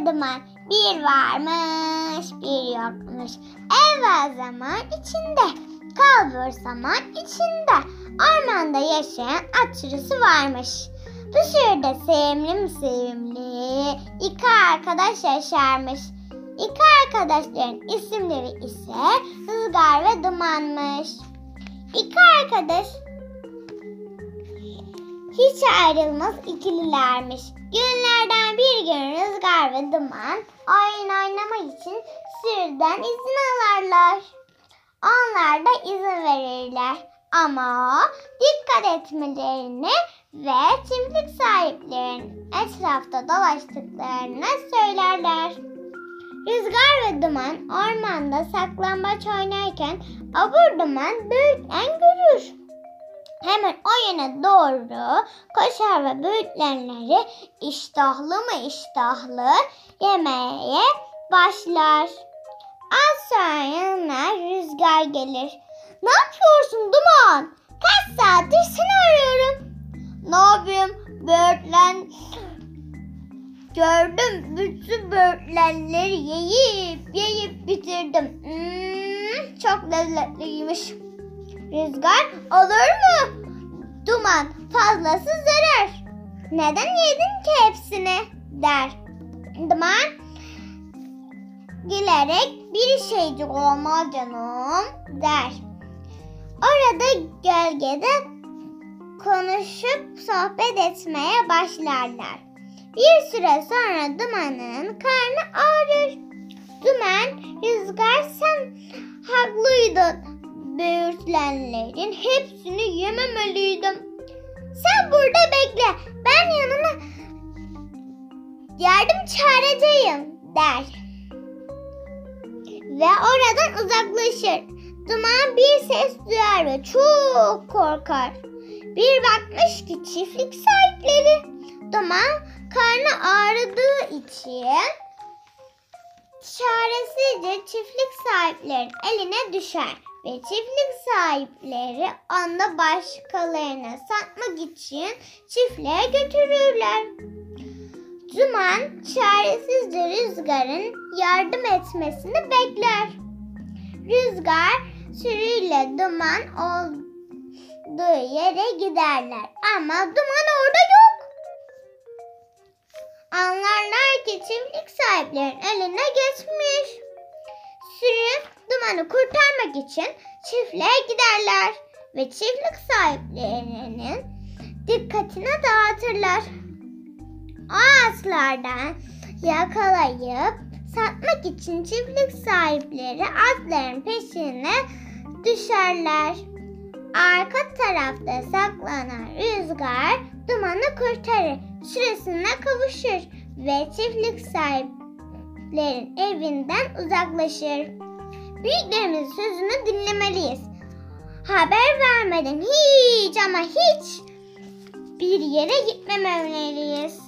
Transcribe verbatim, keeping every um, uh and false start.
ve Duman. Bir varmış, bir yokmuş. Evvel zaman içinde, kalbur zaman içinde. Ormanda yaşayan at sürüsü varmış. Bu sürüde sevimli mi sevimli iki arkadaş yaşarmış. İki arkadaşların isimleri ise Rüzgar ve Duman'mış. İki arkadaş hiç ayrılmaz ikililermiş. Günlerden bir gün Rüzgar ve Duman oyun oynamak için sürüden izin alırlar. Onlar da izin verirler. Ama dikkat etmelerini ve çiftlik sahiplerinin etrafta dolaştıklarını söylerler. Rüzgar ve Duman ormanda saklambaç oynarken Obur Duman böğürtlen görür. Hemen o yöne doğru koşar ve böğürtlenleri iştahlı mı iştahlı yemeye başlar. Az sonra yanına Rüzgar gelir. Ne yapıyorsun Duman? Kaç saattir seni arıyorum. Ne yapayım? Böğürtlen gördüm. Bütün böğürtlenleri yiyip yiyip bitirdim. Hmm, çok lezzetliymiş. Rüzgar, olur mu? Duman, fazlası zarar. Neden yedin ki hepsini? Der. Duman gülerek bir şeycik olmaz canım der. Orada gölgede konuşup sohbet etmeye başlarlar. Bir süre sonra Duman'ın karnı ağrır. Duman, Rüzgar sen haklıydın. Böğürtlenlerin hepsini yememeliydim. Sen burada bekle. Ben yanına yardım çağıracağım der. Ve oradan uzaklaşır. Duman bir ses duyar ve çok korkar. Bir bakmış ki çiftlik sahipleri. Duman karnı ağrıdığı için çaresizce çiftlik sahiplerinin eline düşer. Ve çiftlik sahipleri onu başkalarına satmak için çiftliğe götürürler. Duman çaresizce Rüzgar'ın yardım etmesini bekler. Rüzgar sürüyle Duman olduğu yere giderler ama Duman orada yok. Anlarlar ki çiftlik sahiplerinin eline geçmiş. Sürü Duman'ı kurtarmak için çiftliğe giderler ve çiftlik sahiplerinin dikkatini dağıtırlar. O atlardan yakalayıp satmak için çiftlik sahipleri atların peşine düşerler. Arka tarafta saklanan Rüzgar Duman'ı kurtarır, sürüsüne kavuşur ve çiftlik sahiplerin evinden uzaklaşır. Büyüklerimizin sözünü dinlemeliyiz. Haber vermeden hiç ama hiç bir yere gitmemeliyiz.